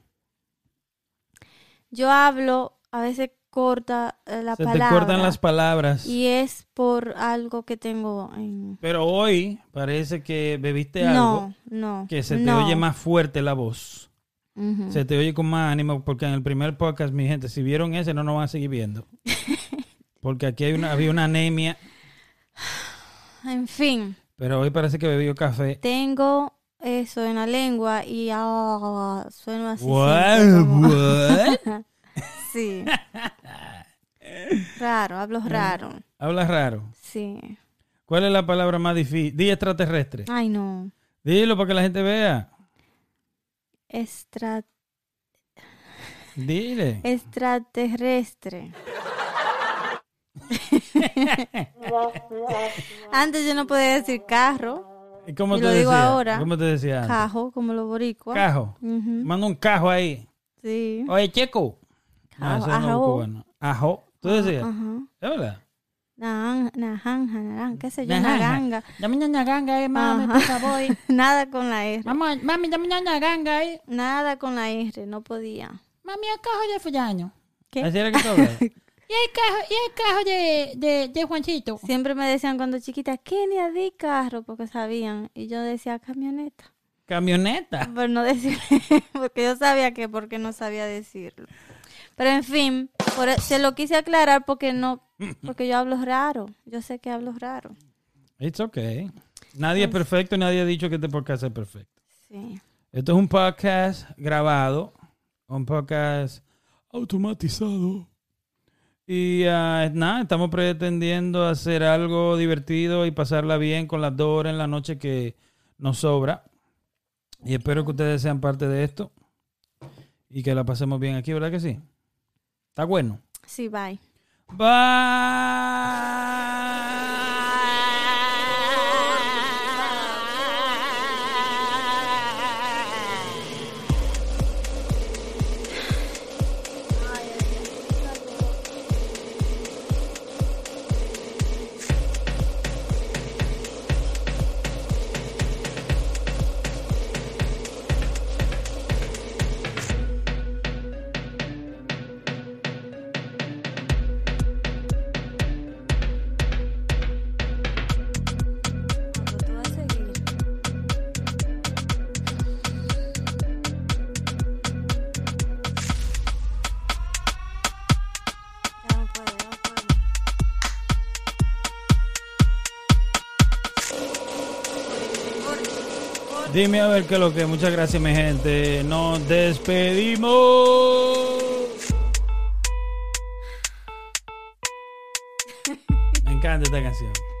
yo hablo, a veces corta eh, la Se palabra. te cortan las palabras. Y es por algo que tengo en... Pero hoy parece que bebiste algo No, no. que se te no. oye más fuerte la voz. Ujú. Se te oye con más ánimo porque en el primer podcast, mi gente, si vieron ese no nos van a seguir viendo. Porque aquí hay una, había una anemia, En fin, pero hoy parece que bebió café. tengo eso en la lengua y ah, sueno así. What? siempre como- What? Sí. Raro, hablo raro. Hablas raro. Sí. ¿Cuál es la palabra más difícil? Di extraterrestre. Ay, no. Dilo para que la gente vea. Extra... Dile. Extraterrestre. Antes yo no podía decir carro, ¿Y cómo y te lo digo decía? ahora. ¿Cómo te decía antes? cajo, como los boricuas. Cajo. Ujú. Manda un cajo ahí. Sí. Oye, checo. No, Cajo, eso no es ajo. cubano. Ajo. ¿Tú decías? Ajá. ¿Es verdad? Naranja, naranja, naranja, qué sé yo, Naranja. naranja. Dame una ñaganga ahí, mami, Ajá. por favor. Nada con la R. Mami, mami, dame una ñaganga ahí. Nada con la R, no podía. Mami, el cajo de Fullaño. ¿Qué? Así era que tú hablabas. Y el cajo, y el cajo de, de, de Juanchito. Siempre me decían cuando chiquita, Kenia, di carro, porque sabían. Y yo decía camioneta. Camioneta. Por no decir, porque yo sabía que porque no sabía decirlo. Pero en fin, por, e- se lo quise aclarar porque no, porque yo hablo raro. Yo sé que hablo raro. It's okay. Nadie es perfecto y nadie ha dicho que este podcast es perfecto. Sí. Esto es un podcast grabado, un podcast automatizado. Y ah, nada, estamos pretendiendo hacer algo divertido y pasarla bien con las dos horas en la noche que nos sobra. Y espero que ustedes sean parte de esto y que la pasemos bien aquí, ¿verdad que sí? Está bueno. Sí, bye. Bye. Tú vas a seguir. Ya no puedo, ya no puedo. Dime a ver qué es lo que. Muchas gracias, mi gente. Nos despedimos. Me encanta esta canción.